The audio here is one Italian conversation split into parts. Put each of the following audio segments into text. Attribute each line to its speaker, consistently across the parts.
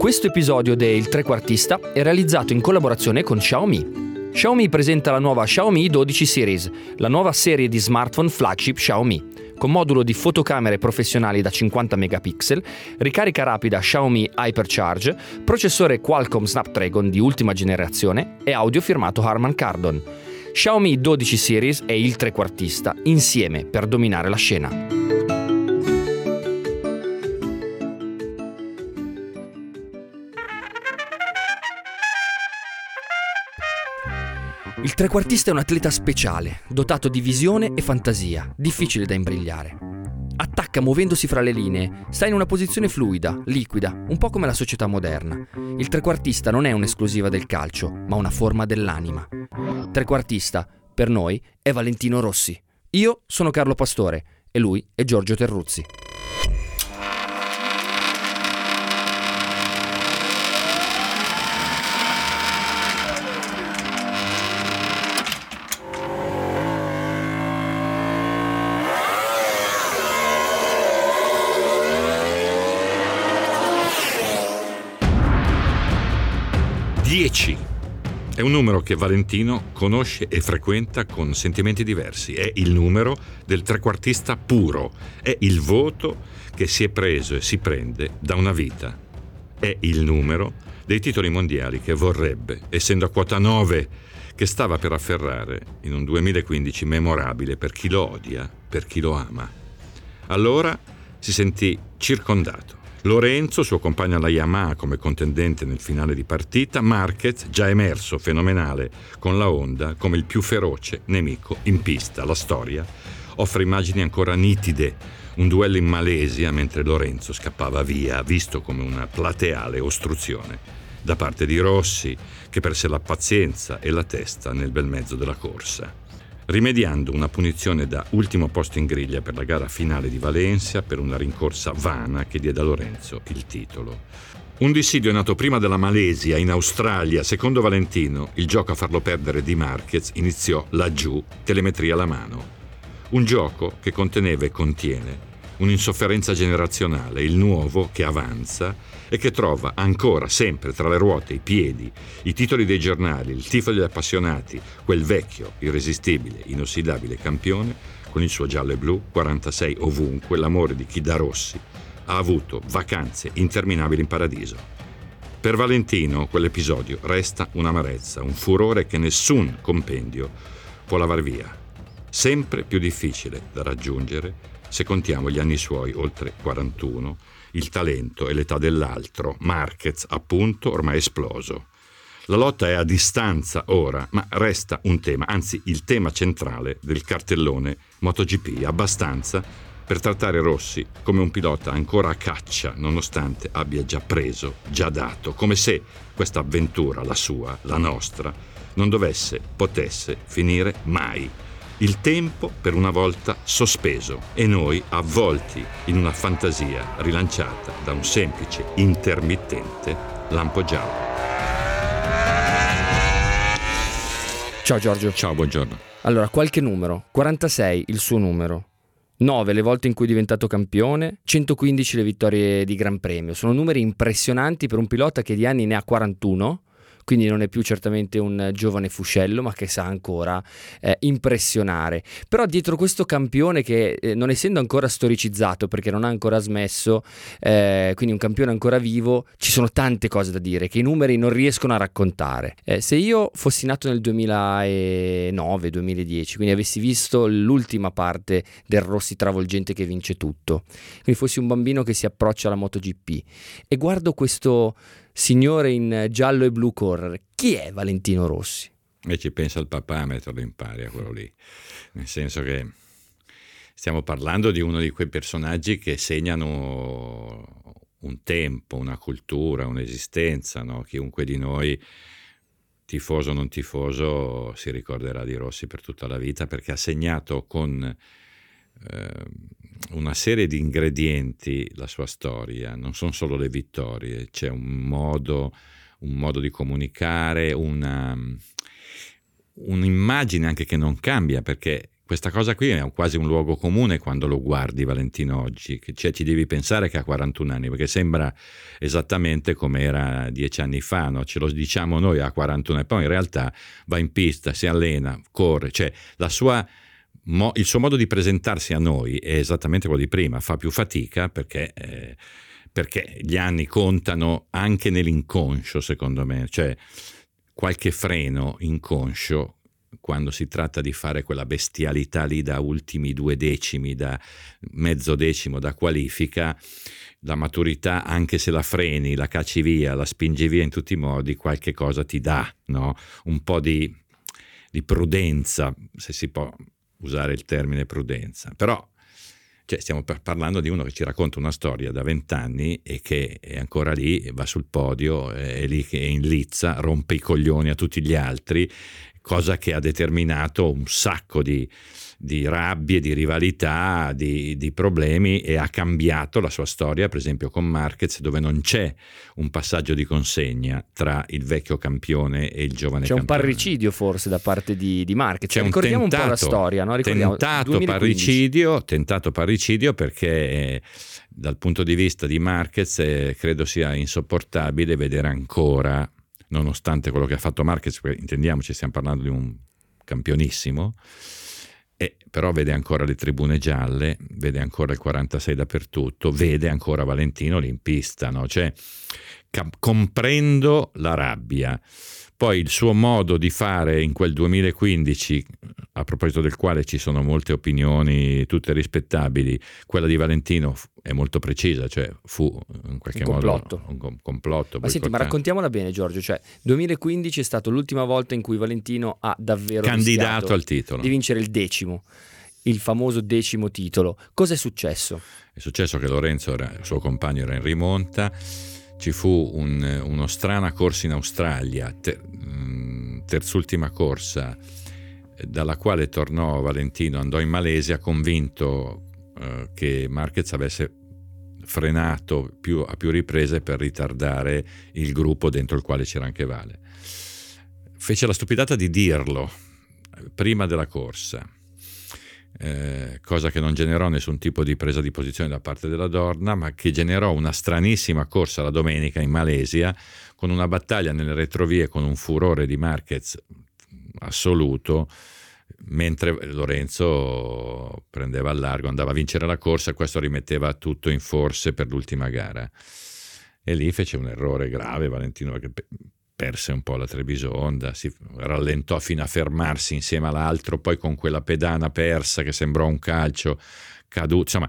Speaker 1: Questo episodio de Il Trequartista è realizzato in collaborazione con Xiaomi. Xiaomi presenta la nuova Xiaomi 12 Series, la nuova serie di smartphone flagship Xiaomi, con modulo di fotocamere professionali da 50 megapixel, ricarica rapida Xiaomi Hypercharge, processore Qualcomm Snapdragon di ultima generazione e audio firmato Harman Kardon. Xiaomi 12 Series e il trequartista insieme per dominare la scena. Il trequartista è un atleta speciale, dotato di visione e fantasia, difficile da imbrigliare. Attacca muovendosi fra le linee, sta in una posizione fluida, liquida, un po' come la società moderna. Il trequartista non è un'esclusiva del calcio, ma una forma dell'anima. Trequartista, per noi, è Valentino Rossi. Io sono Carlo Pastore e lui è Giorgio Terruzzi.
Speaker 2: È un numero che Valentino conosce e frequenta con sentimenti diversi. È il numero del trequartista puro. È il voto che si è preso e si prende da una vita. È il numero dei titoli mondiali che vorrebbe, essendo a quota 9, che stava per afferrare in un 2015 memorabile per chi lo odia, per chi lo ama. Allora si sentì circondato. Lorenzo, suo compagno alla Yamaha come contendente nel finale di partita, Marquez, già emerso fenomenale con la Honda come il più feroce nemico in pista. La storia offre immagini ancora nitide, un duello in Malesia mentre Lorenzo scappava via, visto come una plateale ostruzione da parte di Rossi, che perse la pazienza e la testa nel bel mezzo della corsa, rimediando una punizione da ultimo posto in griglia per la gara finale di Valencia per una rincorsa vana che diede a Lorenzo il titolo. Un dissidio nato prima della Malesia, in Australia. Secondo Valentino, il gioco a farlo perdere di Marquez iniziò laggiù, telemetria alla mano. Un gioco che conteneva e contiene un'insofferenza generazionale, il nuovo che avanza e che trova ancora sempre tra le ruote, i piedi, i titoli dei giornali, il tifo degli appassionati, quel vecchio, irresistibile, inossidabile campione con il suo giallo e blu, 46 ovunque, l'amore di chi da Rossi ha avuto vacanze interminabili in paradiso. Per Valentino quell'episodio resta un'amarezza, un furore che nessun compendio può lavar via. Sempre più difficile da raggiungere se contiamo gli anni suoi, oltre 41, il talento e l'età dell'altro, Marquez, appunto, ormai esploso. La lotta è a distanza ora, ma resta un tema, anzi il tema centrale del cartellone MotoGP, abbastanza per trattare Rossi come un pilota ancora a caccia, nonostante abbia già preso, già dato, come se questa avventura, la sua, la nostra, non dovesse, potesse finire mai. Il tempo per una volta sospeso e noi avvolti in una fantasia rilanciata da un semplice intermittente lampo giallo.
Speaker 1: Ciao Giorgio.
Speaker 2: Ciao, buongiorno.
Speaker 1: Allora, qualche numero. 46 il suo numero, 9 le volte in cui è diventato campione, 115 le vittorie di Gran Premio. Sono numeri impressionanti per un pilota che di anni ne ha 41, quindi non è più certamente un giovane fuscello, ma che sa ancora impressionare. Però dietro questo campione che non essendo ancora storicizzato, perché non ha ancora smesso, quindi un campione ancora vivo, ci sono tante cose da dire che i numeri non riescono a raccontare. Se io fossi nato nel 2009-2010, quindi avessi visto l'ultima parte del Rossi travolgente che vince tutto, quindi fossi un bambino che si approccia alla MotoGP e guardo questo signore in giallo e blu correre, chi è Valentino Rossi?
Speaker 2: E ci pensa il papà mentre lo impari a quello lì, nel senso che stiamo parlando di uno di quei personaggi che segnano un tempo, una cultura, un'esistenza, no? Chiunque di noi, tifoso o non tifoso, si ricorderà di Rossi per tutta la vita, perché ha segnato con una serie di ingredienti la sua storia. Non sono solo le vittorie, c'è un modo di comunicare, un'immagine anche che non cambia, perché questa cosa qui è quasi un luogo comune quando lo guardi Valentino oggi, cioè ci devi pensare che ha 41 anni, perché sembra esattamente come era 10 anni fa, no? Ce lo diciamo noi a 41 e poi in realtà va in pista, si allena, corre, cioè il suo modo di presentarsi a noi è esattamente quello di prima, fa più fatica perché gli anni contano anche nell'inconscio, secondo me, cioè qualche freno inconscio quando si tratta di fare quella bestialità lì da ultimi 2 decimi, da mezzo decimo da qualifica, la maturità, anche se la freni, la cacci via, la spingi via in tutti i modi, qualche cosa ti dà, no? Un po' di prudenza, se si può usare il termine prudenza, però cioè, stiamo parlando di uno che ci racconta una storia da 20 anni e che è ancora lì, va sul podio, è lì che è in lizza, rompe i coglioni a tutti gli altri, cosa che ha determinato un sacco di rabbie, di rivalità, di problemi, e ha cambiato la sua storia, per esempio con Marquez, dove non c'è un passaggio di consegna tra il vecchio campione e il giovane campione.
Speaker 1: C'è un parricidio forse da parte di Marquez.
Speaker 2: C'è
Speaker 1: Ricordiamo un po' la storia, no?
Speaker 2: Tentato parricidio perché dal punto di vista di Marquez credo sia insopportabile vedere ancora, nonostante quello che ha fatto Marquez, perché intendiamoci, stiamo parlando di un campionissimo, però vede ancora le tribune gialle, vede ancora il 46 dappertutto, vede ancora Valentino lì in pista, no? Cioè, comprendo la rabbia. Poi il suo modo di fare in quel 2015, a proposito del quale ci sono molte opinioni, tutte rispettabili, quella di Valentino è molto precisa, cioè fu in qualche modo un complotto.
Speaker 1: Ma senti, ma raccontiamola bene, Giorgio, cioè 2015 è stato l'ultima volta in cui Valentino ha davvero
Speaker 2: candidato al titolo
Speaker 1: di vincere il famoso 10° titolo. Cosa è successo?
Speaker 2: È successo che Lorenzo, il suo compagno, era in rimonta. Ci fu uno strana corsa in Australia, terzultima corsa, dalla quale tornò Valentino, andò in Malesia convinto che Marquez avesse frenato a più riprese per ritardare il gruppo dentro il quale c'era anche Vale. Fece la stupidata di dirlo prima della corsa, cosa che non generò nessun tipo di presa di posizione da parte della Dorna, ma che generò una stranissima corsa la domenica in Malesia, con una battaglia nelle retrovie, con un furore di Marquez assoluto, mentre Lorenzo prendeva al largo, andava a vincere la corsa, e questo rimetteva tutto in forse per l'ultima gara. E lì fece un errore grave Valentino, perché perse un po' la Trebisonda, si rallentò fino a fermarsi insieme all'altro, poi con quella pedana persa che sembrò un calcio caduto, insomma,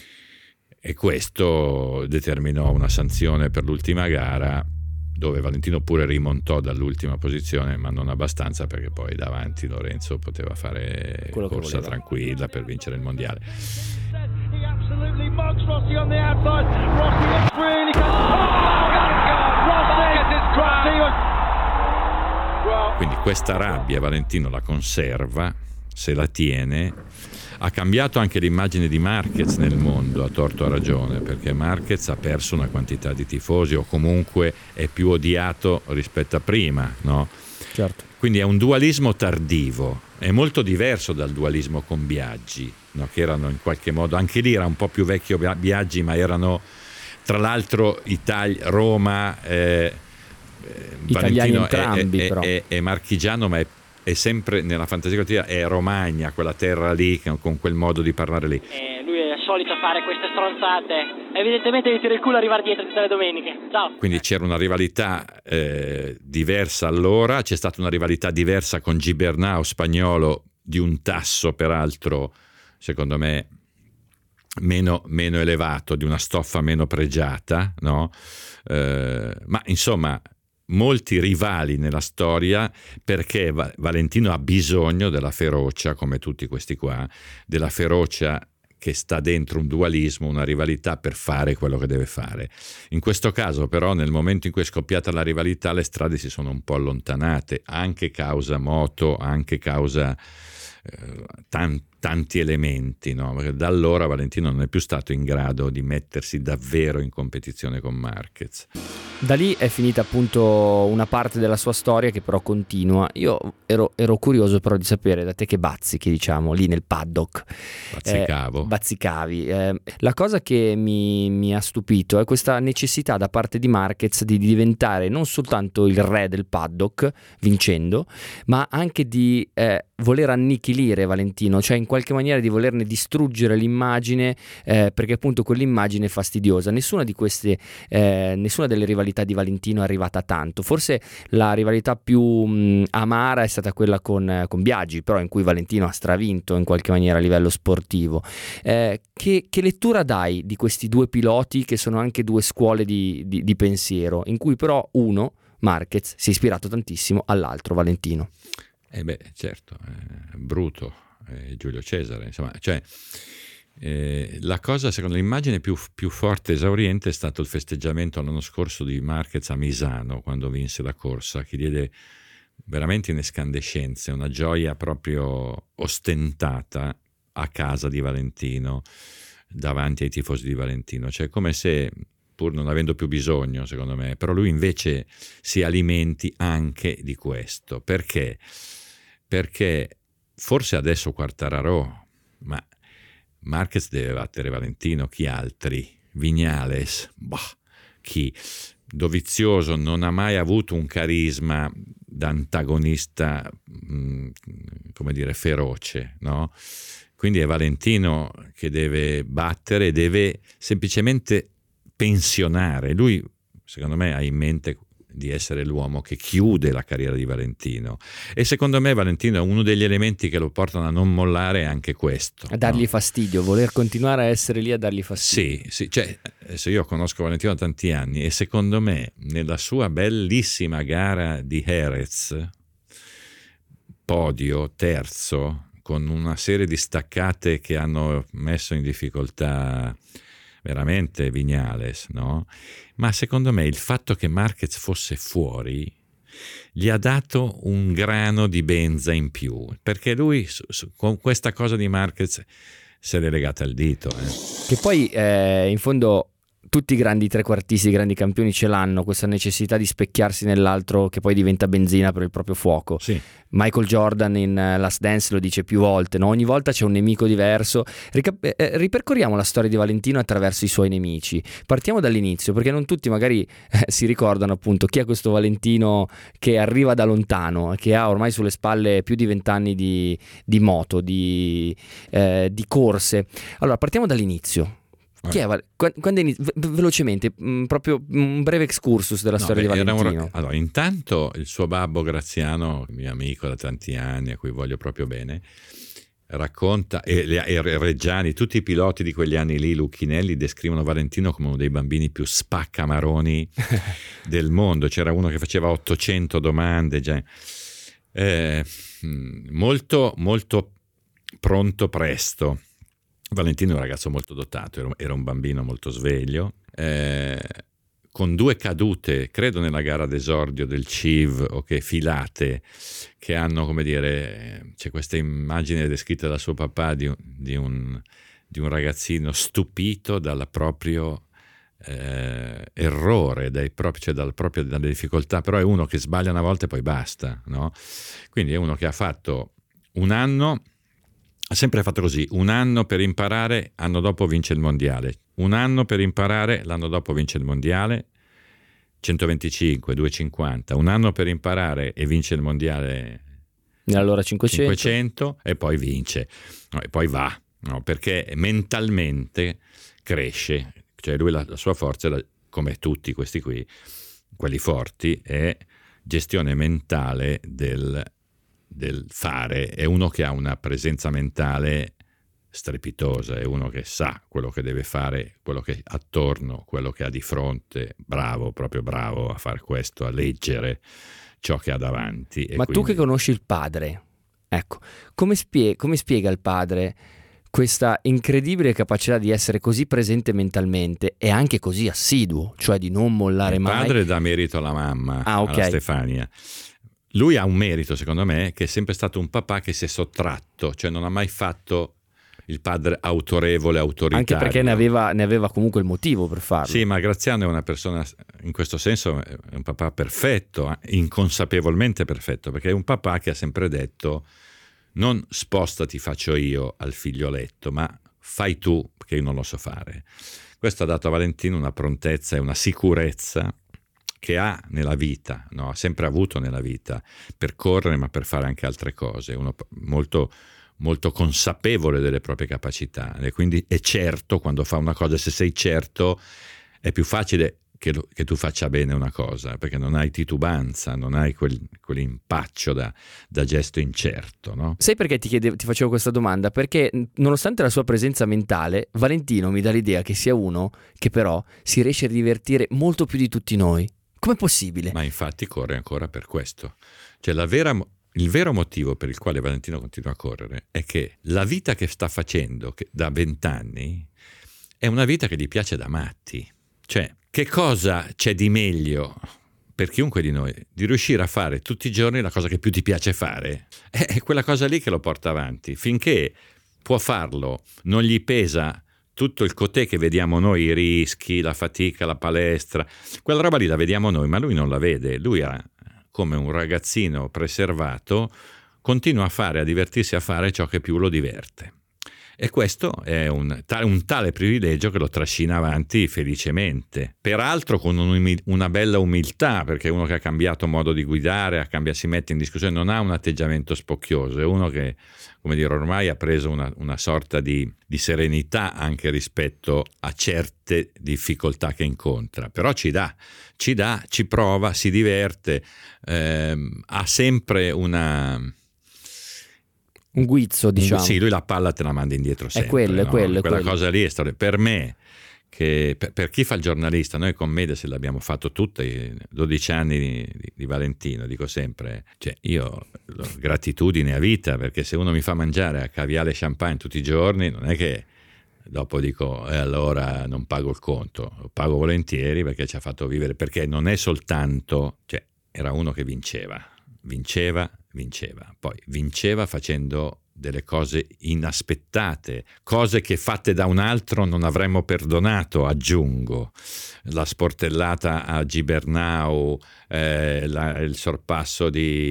Speaker 2: e questo determinò una sanzione per l'ultima gara, dove Valentino pure rimontò dall'ultima posizione, ma non abbastanza, perché poi davanti Lorenzo poteva fare corsa tranquilla per vincere il mondiale. Quindi questa rabbia Valentino la conserva, se la tiene. Ha cambiato anche l'immagine di Marquez nel mondo, a torto o a ragione, perché Marquez ha perso una quantità di tifosi, o comunque è più odiato rispetto a prima, no?
Speaker 1: Certo.
Speaker 2: Quindi è un dualismo tardivo, è molto diverso dal dualismo con Biaggi, no? Che erano in qualche modo, anche lì era un po' più vecchio Biaggi, ma erano tra l'altro Roma,
Speaker 1: italiani
Speaker 2: Valentino
Speaker 1: entrambi, però.
Speaker 2: È marchigiano, ma è sempre nella fantasia quotidiana, è Romagna, quella terra lì, con quel modo di parlare lì.
Speaker 3: Lui è solito fare queste stronzate, evidentemente gli tira il culo arrivare dietro tutte le domeniche. Ciao.
Speaker 2: Quindi c'era una rivalità diversa allora, c'è stata una rivalità diversa con Gibernau, spagnolo, di un tasso peraltro, secondo me, meno elevato, di una stoffa meno pregiata, no? Ma insomma, molti rivali nella storia, perché Valentino ha bisogno della ferocia, come tutti questi qua, della ferocia che sta dentro un dualismo, una rivalità, per fare quello che deve fare. In questo caso però, nel momento in cui è scoppiata la rivalità, le strade si sono un po' allontanate, anche causa moto, anche causa tanti elementi, no? Perché da allora Valentino non è più stato in grado di mettersi davvero in competizione con Marquez.
Speaker 1: Da lì è finita appunto una parte della sua storia che però continua. Io ero curioso però di sapere da te che bazzichi, diciamo, lì nel paddock. Bazzicavi. La cosa che mi ha stupito è questa necessità da parte di Marquez di diventare non soltanto il re del paddock vincendo, ma anche di voler annichilire Valentino, cioè in qualche maniera di volerne distruggere l'immagine, perché appunto quell'immagine è fastidiosa. Nessuna delle rivalità di Valentino è arrivata tanto. Forse la rivalità più amara è stata quella con Biaggi, però in cui Valentino ha stravinto in qualche maniera a livello sportivo. Che lettura dai di questi due piloti che sono anche due scuole di pensiero, in cui però uno, Marquez, si è ispirato tantissimo all'altro, Valentino?
Speaker 2: Certo, Bruto, Giulio Cesare, insomma, cioè la cosa, secondo l'immagine più forte e esauriente è stato il festeggiamento l'anno scorso di Marquez a Misano quando vinse la corsa, che diede veramente in escandescenze, una gioia proprio ostentata a casa di Valentino, davanti ai tifosi di Valentino, cioè come se, pur non avendo più bisogno, secondo me, però lui invece si alimenti anche di questo. Perché forse adesso Quartararo, ma Marquez deve battere Valentino, chi altri? Viñales, chi? Dovizioso non ha mai avuto un carisma da antagonista, come dire, feroce, no? Quindi è Valentino che deve battere, deve semplicemente pensionare. Lui, secondo me, ha in mente di essere l'uomo che chiude la carriera di Valentino, e secondo me Valentino è uno degli elementi che lo portano a non mollare, anche questo,
Speaker 1: a dargli fastidio, voler continuare a essere lì a dargli fastidio.
Speaker 2: Sì, cioè, adesso io conosco Valentino da tanti anni e secondo me nella sua bellissima gara di Jerez, podio terzo, con una serie di staccate che hanno messo in difficoltà veramente Viñales, no? Ma secondo me il fatto che Marquez fosse fuori gli ha dato un grano di benza in più, perché lui con questa cosa di Marquez si è legata al dito.
Speaker 1: Che poi in fondo tutti i grandi trequartisti, i grandi campioni ce l'hanno, questa necessità di specchiarsi nell'altro che poi diventa benzina per il proprio fuoco.
Speaker 2: Sì.
Speaker 1: Michael Jordan in Last Dance lo dice più volte, no? Ogni volta c'è un nemico diverso. Ripercorriamo la storia di Valentino attraverso i suoi nemici. Partiamo dall'inizio, perché non tutti magari si ricordano appunto chi è questo Valentino che arriva da lontano, che ha ormai sulle spalle più di 20 anni di moto, di corse. Allora partiamo dall'inizio. Chi è velocemente, proprio un breve excursus della storia di Valentino.
Speaker 2: Allora, intanto il suo babbo Graziano, mio amico da tanti anni, a cui voglio proprio bene, racconta, e Reggiani, tutti i piloti di quegli anni lì, Lucchinelli, descrivono Valentino come uno dei bambini più spaccamaroni del mondo. C'era uno che faceva 800 domande, già. Molto, molto pronto presto. Valentino è un ragazzo molto dotato, era un bambino molto sveglio, con 2 cadute, credo nella gara d'esordio del CIV, filate, che hanno, come dire, c'è questa immagine descritta da suo papà di un ragazzino stupito dal proprio errore, dalle difficoltà, però è uno che sbaglia una volta e poi basta, no? Quindi è uno che ha fatto un anno. Ha sempre fatto così, un anno per imparare, anno dopo vince il mondiale, un anno per imparare, l'anno dopo vince il mondiale, 125, 250, un anno per imparare e vince il mondiale,
Speaker 1: allora 500
Speaker 2: e poi vince, no, e poi va, no, perché mentalmente cresce, cioè lui la sua forza, come tutti questi qui, quelli forti, è gestione mentale del fare. È uno che ha una presenza mentale strepitosa, è uno che sa quello che deve fare, quello che ha attorno, quello che ha di fronte, bravo, proprio bravo a fare questo, a leggere ciò che ha davanti.
Speaker 1: Ma quindi... tu che conosci il padre, ecco, come spiega il padre questa incredibile capacità di essere così presente mentalmente e anche così assiduo, cioè di non mollare mai?
Speaker 2: Il padre dà merito alla mamma, alla Stefania. lui ha un merito, secondo me, che è sempre stato un papà che si è sottratto, cioè non ha mai fatto il padre autorevole, autoritario.
Speaker 1: Anche perché ne aveva comunque il motivo per farlo.
Speaker 2: Sì, ma Graziano è una persona, in questo senso, è un papà perfetto, inconsapevolmente perfetto, perché è un papà che ha sempre detto: non spostati, faccio io al figlioletto, ma fai tu, perché io non lo so fare. Questo ha dato a Valentino una prontezza e una sicurezza che ha nella vita, no? Ha sempre avuto nella vita, per correre ma per fare anche altre cose, uno molto, molto consapevole delle proprie capacità, e quindi è certo quando fa una cosa. Se sei certo è più facile che tu faccia bene una cosa, perché non hai titubanza, non hai quell'impaccio da gesto incerto, no?
Speaker 1: Sai perché ti facevo questa domanda? Perché nonostante la sua presenza mentale, Valentino mi dà l'idea che sia uno che però si riesce a divertire molto più di tutti noi. Com'è possibile?
Speaker 2: Ma infatti corre ancora per questo. Cioè il vero motivo per il quale Valentino continua a correre è che la vita che sta facendo da 20 anni è una vita che gli piace da matti. Cioè, che cosa c'è di meglio per chiunque di noi di riuscire a fare tutti i giorni la cosa che più ti piace fare? È quella cosa lì che lo porta avanti. Finché può farlo, non gli pesa tutto il cotè che vediamo noi, i rischi, la fatica, la palestra, quella roba lì la vediamo noi, ma lui non la vede. Lui ha, come un ragazzino preservato, continua a divertirsi a fare ciò che più lo diverte. E questo è un tale privilegio che lo trascina avanti felicemente. Peraltro con una bella umiltà, perché uno che ha cambiato modo di guidare, si mette in discussione, non ha un atteggiamento spocchioso, è uno che, come dire, ormai ha preso una sorta di serenità anche rispetto a certe difficoltà che incontra. Però ci prova, si diverte, ha sempre
Speaker 1: un guizzo, diciamo.
Speaker 2: Sì, lui la palla te la manda indietro sempre.
Speaker 1: È quello.
Speaker 2: Quella cosa lì è stata, per me, che per chi fa il giornalista, noi con Mediaset l'abbiamo fatto tutti, 12 anni di Valentino, dico sempre, cioè io gratitudine a vita, perché se uno mi fa mangiare a caviale e champagne tutti i giorni, non è che dopo dico allora non pago il conto, lo pago volentieri perché ci ha fatto vivere, perché non è soltanto, cioè era uno che vinceva, poi vinceva facendo delle cose inaspettate, cose che fatte da un altro non avremmo perdonato, aggiungo, la sportellata a Gibernau, il sorpasso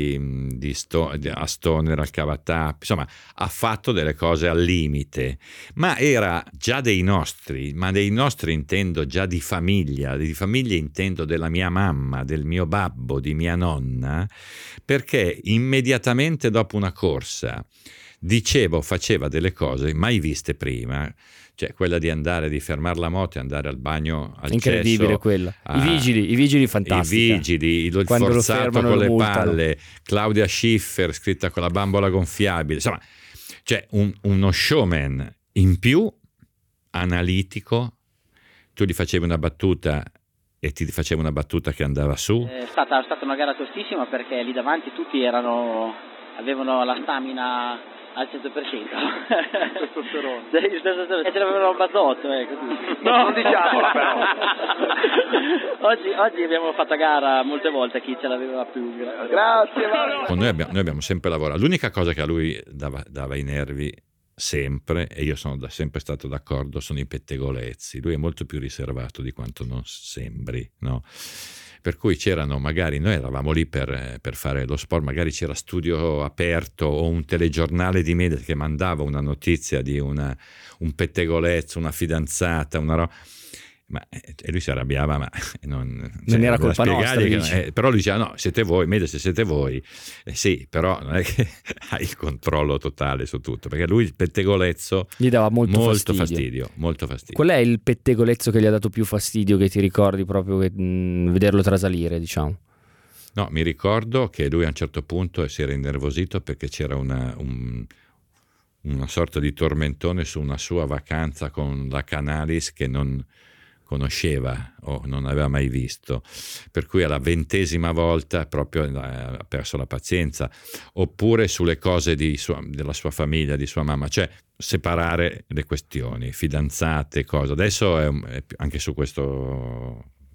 Speaker 2: a Stoner al Cavatappi, insomma ha fatto delle cose al limite, ma era già dei nostri intendo già di famiglia intendo della mia mamma, del mio babbo, di mia nonna, perché immediatamente dopo una corsa faceva delle cose mai viste prima, cioè quella di fermare la moto e andare al bagno al
Speaker 1: incredibile
Speaker 2: cesso,
Speaker 1: quella. I vigili fantastici.
Speaker 2: I vigili, il forzato con le palle, Claudia Schiffer scritta con la bambola gonfiabile, insomma, cioè uno showman in più, analitico. Tu gli facevi una battuta e ti faceva una battuta che andava su.
Speaker 3: È stata una gara tostissima perché lì davanti tutti avevano la stamina al 100%. Testosterone. E ce l'avevano un bazzotto, così.
Speaker 4: No, non diciamola però.
Speaker 3: Oggi abbiamo fatto a gara molte volte chi ce l'aveva più.
Speaker 4: Grazie.
Speaker 2: Con noi abbiamo sempre lavorato. L'unica cosa che a lui dava i nervi sempre, e io sono sempre stato d'accordo, sono i pettegolezzi. Lui è molto più riservato di quanto non sembri, no? Per cui magari noi eravamo lì per fare lo sport, magari c'era Studio Aperto o un telegiornale di Mediaset che mandava una notizia di un pettegolezzo, una fidanzata, una roba. E lui si arrabbiava, ma non
Speaker 1: era colpa nostra,
Speaker 2: però lui diceva no, siete voi, Mediaset siete voi, sì, però non è che hai il controllo totale su tutto, perché lui il pettegolezzo
Speaker 1: gli dava molto fastidio. Qual è il pettegolezzo che gli ha dato più fastidio, che ti ricordi proprio vederlo trasalire, diciamo?
Speaker 2: No, mi ricordo che lui a un certo punto si era innervosito perché c'era una sorta di tormentone su una sua vacanza con la Canalis che non conosceva o non aveva mai visto, per cui alla 20ª volta proprio ha perso la pazienza, oppure sulle cose della sua famiglia, di sua mamma, cioè separare le questioni, fidanzate, cose. Adesso è anche su questo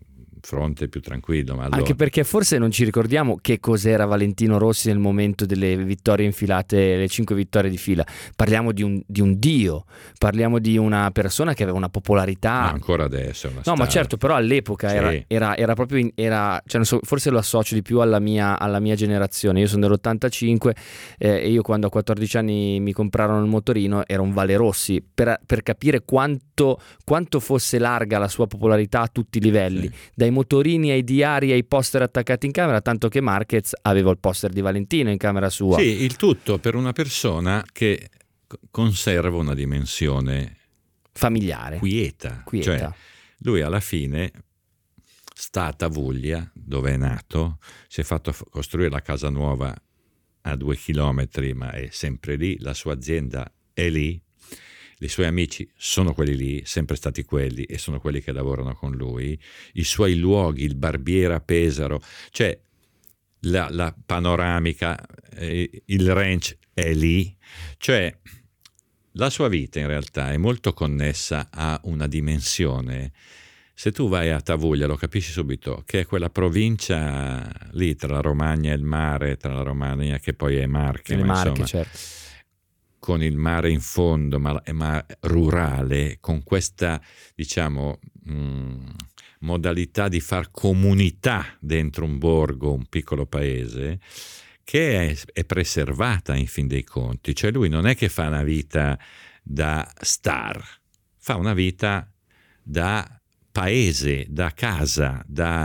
Speaker 2: fronte più tranquillo. Ma allora...
Speaker 1: Anche perché forse non ci ricordiamo che cos'era Valentino Rossi nel momento delle vittorie infilate, le 5 vittorie di fila. Parliamo di un dio, parliamo di una persona che aveva una popolarità.
Speaker 2: Ma ancora adesso è una
Speaker 1: No,
Speaker 2: star.
Speaker 1: ma certo, però all'epoca
Speaker 2: Sì.
Speaker 1: era proprio cioè non so, forse lo associo di più alla mia generazione. Io sono dell'85 e io quando a 14 anni mi comprarono il motorino era un Vale Rossi, per capire quanto fosse larga la sua popolarità a tutti i livelli,
Speaker 2: Sì.
Speaker 1: dai motorini ai diari ai poster attaccati in camera, tanto che Marquez aveva il poster di Valentino in camera sua.
Speaker 2: Sì, il tutto per una persona che conserva una dimensione
Speaker 1: Familiare,
Speaker 2: quieta.
Speaker 1: quieta.
Speaker 2: Cioè, lui alla fine sta a Tavuglia, dove è nato, si è fatto costruire la casa nuova a 2 chilometri, ma è sempre lì, la sua azienda è lì, i suoi amici sono quelli lì, sempre stati quelli, e sono quelli che lavorano con lui, i suoi luoghi, il Barbiere a Pesaro, cioè la panoramica, il ranch è lì, cioè la sua vita in realtà è molto connessa a una dimensione. Se tu vai a Tavuglia lo capisci subito, che è quella provincia lì tra la Romagna e il mare, tra la Romagna che poi è Marche,
Speaker 1: Le
Speaker 2: ma
Speaker 1: Marche,
Speaker 2: insomma,
Speaker 1: certo.
Speaker 2: con il mare in fondo, ma rurale, con questa, diciamo, modalità di far comunità dentro un borgo, un piccolo paese, che è preservata in fin dei conti. Cioè lui non è che fa una vita da star, fa una vita da paese, da casa,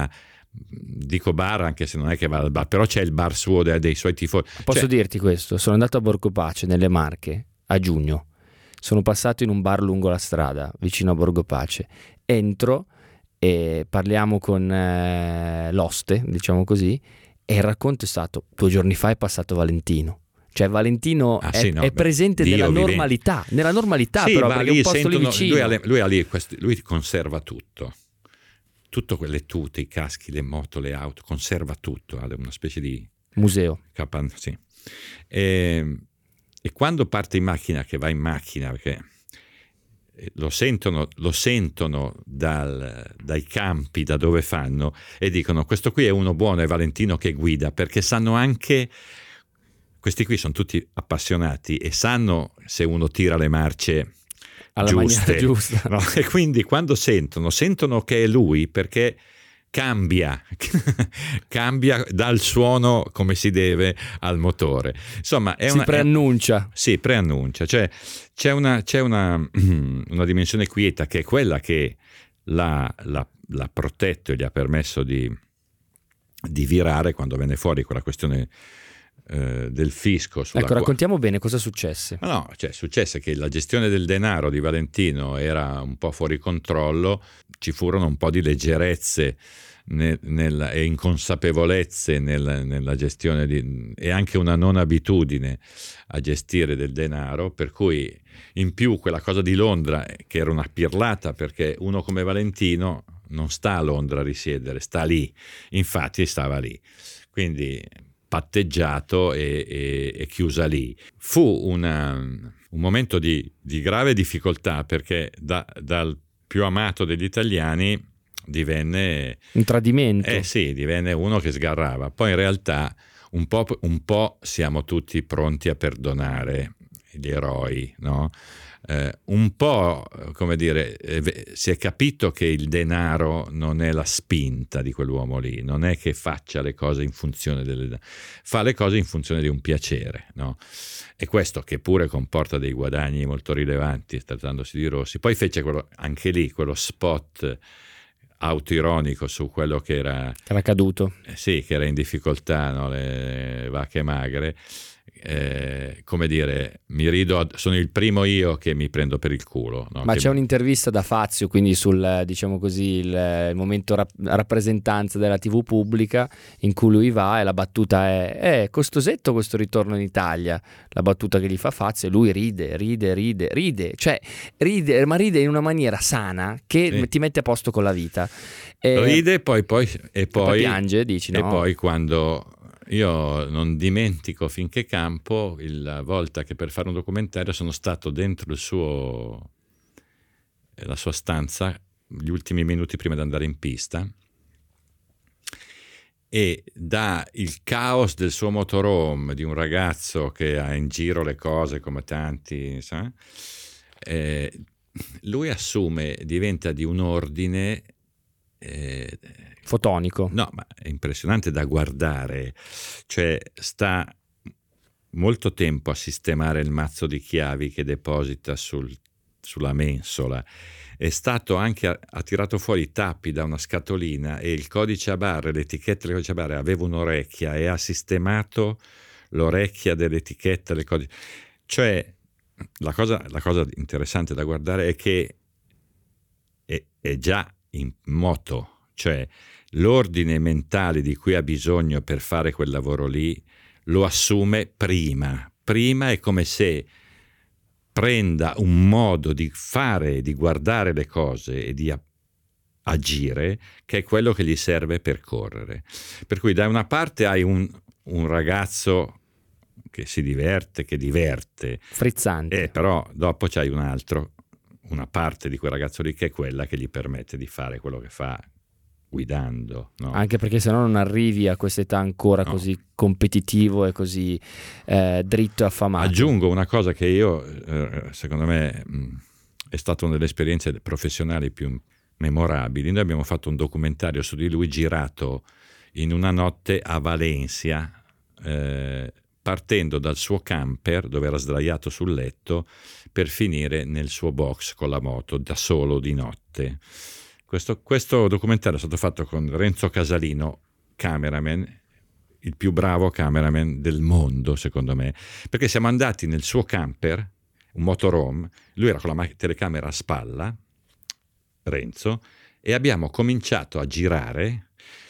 Speaker 2: dico bar anche se non è che va al bar, però c'è il bar suo dei suoi tifosi.
Speaker 1: Posso dirti questo, sono andato a Borgo Pace nelle Marche a giugno, sono passato in un bar lungo la strada vicino a Borgo Pace, entro e parliamo con l'oste, diciamo così, e il racconto è stato: 2 giorni fa è passato Valentino. Cioè Valentino è presente nella normalità,
Speaker 2: Sì,
Speaker 1: però perché è un posto lì vicino.
Speaker 2: Lui conserva tutto quelle tute, i caschi, le moto, le auto, conserva tutto, ha una specie di
Speaker 1: museo.
Speaker 2: Sì. E quando parte in macchina, che va in macchina, perché lo sentono dai campi, da dove fanno, e dicono: questo qui è uno buono, è Valentino che guida, perché sanno anche, questi qui sono tutti appassionati e sanno se uno tira le marce
Speaker 1: alla
Speaker 2: giuste,
Speaker 1: maniera giusta,
Speaker 2: no? E quindi quando sentono che è lui, perché cambia dal suono come si deve al motore, insomma
Speaker 1: si preannuncia.
Speaker 2: Sì, preannuncia, cioè c'è una dimensione quieta che è quella che l'ha protetto e gli ha permesso di virare quando venne fuori quella questione del fisco.
Speaker 1: Ecco, raccontiamo bene cosa successe.
Speaker 2: No, cioè successe che la gestione del denaro di Valentino era un po' fuori controllo, ci furono un po' di leggerezze e inconsapevolezze nella gestione e anche una non abitudine a gestire del denaro, per cui in più quella cosa di Londra, che era una pirlata, perché uno come Valentino non sta a Londra a risiedere, sta lì, infatti stava lì, quindi patteggiato e chiusa lì. Fu un momento di grave difficoltà, perché dal più amato degli italiani divenne
Speaker 1: un tradimento.
Speaker 2: Sì, divenne uno che sgarrava. Poi in realtà un po' siamo tutti pronti a perdonare gli eroi, no? Un po', come dire, si è capito che il denaro non è la spinta di quell'uomo lì, non è che faccia le cose in funzione fa le cose in funzione di un piacere, no? E questo, che pure comporta dei guadagni molto rilevanti trattandosi di Rossi. Poi fece anche lì quello spot autoironico su quello che era
Speaker 1: caduto,
Speaker 2: sì, che era in difficoltà, no? Le vacche magre. Come dire, mi rido, sono il primo io che mi prendo per il culo, no?
Speaker 1: Ma c'è un'intervista da Fazio, quindi sul, diciamo così, il momento rappresentanza della TV pubblica, in cui lui va e la battuta è costosetto questo ritorno in Italia, la battuta che gli fa Fazio, e lui ride, cioè ride, ma ride in una maniera sana che ti mette a posto con la vita,
Speaker 2: ride poi
Speaker 1: piange, dici, no?
Speaker 2: E poi quando io non dimentico finché campo la volta che per fare un documentario sono stato dentro la sua stanza gli ultimi minuti prima di andare in pista, e dà il caos del suo motorhome, di un ragazzo che ha in giro le cose come tanti, sa? Lui assume, diventa di un ordine
Speaker 1: fotonico.
Speaker 2: No, ma è impressionante da guardare, cioè sta molto tempo a sistemare il mazzo di chiavi che deposita sulla mensola. È stato anche, ha tirato fuori i tappi da una scatolina e il codice a barre, l'etichetta del codice a barre aveva un'orecchia e ha sistemato l'orecchia dell'etichetta del codice. Cioè, la cosa interessante da guardare è che è già in moto, cioè l'ordine mentale di cui ha bisogno per fare quel lavoro lì lo assume prima. Prima è come se prenda un modo di fare, di guardare le cose e di agire, che è quello che gli serve per correre. Per cui da una parte hai un ragazzo che si diverte, che diverte.
Speaker 1: Frizzante.
Speaker 2: Però dopo c'hai una parte di quel ragazzo lì che è quella che gli permette di fare quello che fa guidando, no?
Speaker 1: Anche perché se no non arrivi a quest'età ancora così competitivo e così dritto e affamato.
Speaker 2: Aggiungo una cosa che io, secondo me, è stata una delle esperienze professionali più memorabili. Noi abbiamo fatto un documentario su di lui girato in una notte a Valencia, partendo dal suo camper dove era sdraiato sul letto per finire nel suo box con la moto da solo di notte. Questo documentario è stato fatto con Renzo Casalino, cameraman, il più bravo cameraman del mondo secondo me, perché siamo andati nel suo camper, un motorhome, lui era con la telecamera a spalla, Renzo, e abbiamo cominciato a girare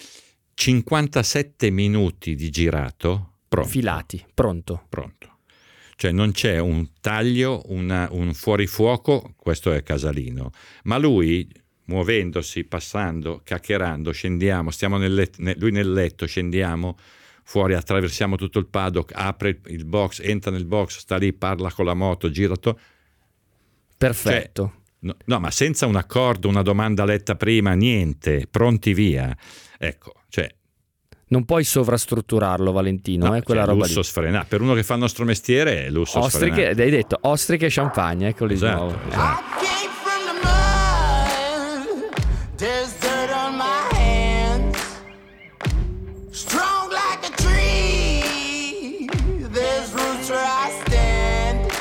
Speaker 2: 57 minuti di girato pronto.
Speaker 1: Filati, pronto.
Speaker 2: Cioè non c'è un taglio, un fuorifuoco, questo è Casalino, ma lui muovendosi, passando, chiacchierando, scendiamo, stiamo lui nel letto, scendiamo fuori, attraversiamo tutto il paddock, apre il box, entra nel box, sta lì, parla con la moto, gira.
Speaker 1: Perfetto.
Speaker 2: Cioè, no, ma senza un accordo, una domanda letta prima, niente, pronti via. Ecco, cioè
Speaker 1: non puoi sovrastrutturarlo, Valentino,
Speaker 2: no,
Speaker 1: quella roba
Speaker 2: lusso
Speaker 1: lì.
Speaker 2: sfrenato. Per uno che fa il nostro mestiere è lusso
Speaker 1: ostriche,
Speaker 2: sfrenato.
Speaker 1: hai detto ostriche e champagne, eccoli di nuovo.
Speaker 2: Esatto.
Speaker 5: There's dirt on my hands, strong like a tree. There's roots where I stand.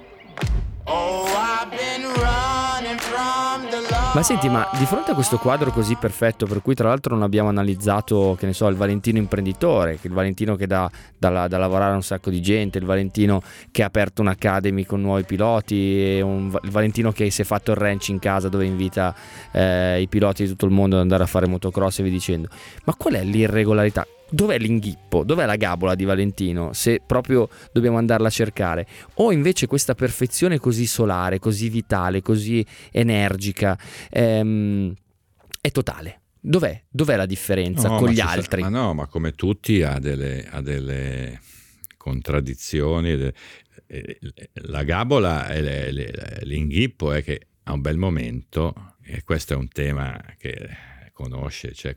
Speaker 5: Oh, I've been running from the Lord.
Speaker 1: Ma senti, ma di fronte a questo quadro così perfetto, per cui tra l'altro non abbiamo analizzato, che ne so, il Valentino imprenditore, il Valentino che dà da lavorare a un sacco di gente, il Valentino che ha aperto un'academy con nuovi piloti, e il Valentino che si è fatto il ranch in casa dove invita i piloti di tutto il mondo ad andare a fare motocross e via dicendo. Ma qual è l'irregolarità? Dov'è l'inghippo? Dov'è la gabola di Valentino? Se proprio dobbiamo andarla a cercare. O invece questa perfezione così solare, così vitale, così energica è totale. Dov'è la differenza con gli altri?
Speaker 2: Ma come tutti ha delle contraddizioni. La gabola, l'inghippo è che a un bel momento, e questo è un tema che conosce, cioè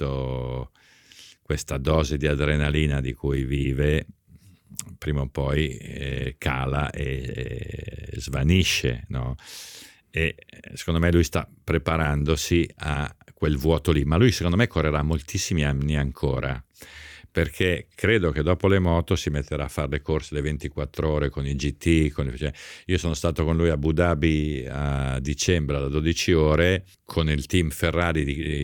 Speaker 2: questa dose di adrenalina di cui vive, prima o poi cala e svanisce, no? E secondo me lui sta preparandosi a quel vuoto lì, ma lui secondo me correrà moltissimi anni ancora, perché credo che dopo le moto si metterà a fare le corse le 24 ore con i GT, cioè, io sono stato con lui a Abu Dhabi a dicembre da 12 ore con il team Ferrari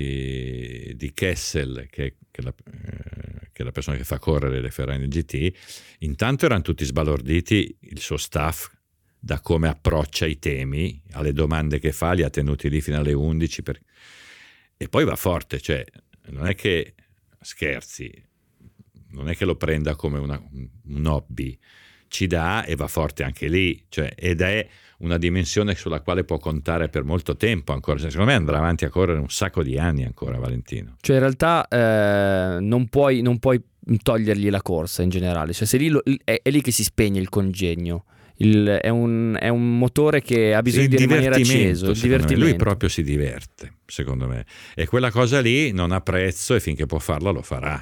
Speaker 2: di Kessel, che è la persona che fa correre le Ferrari nel GT. Intanto erano tutti sbalorditi, il suo staff, da come approccia i temi, alle domande che fa, li ha tenuti lì fino alle 11 e poi va forte, cioè non è che scherzi, non è che lo prenda come un hobby, ci dà e va forte anche lì, cioè, ed è una dimensione sulla quale può contare per molto tempo ancora. Secondo me andrà avanti a correre un sacco di anni ancora, Valentino.
Speaker 1: Cioè in realtà non puoi togliergli la corsa in generale, cioè se è lì che si spegne il congegno. È un motore che ha bisogno di rimanere acceso, il divertimento.
Speaker 2: Lui proprio si diverte, secondo me, e quella cosa lì non ha prezzo e finché può farla lo farà.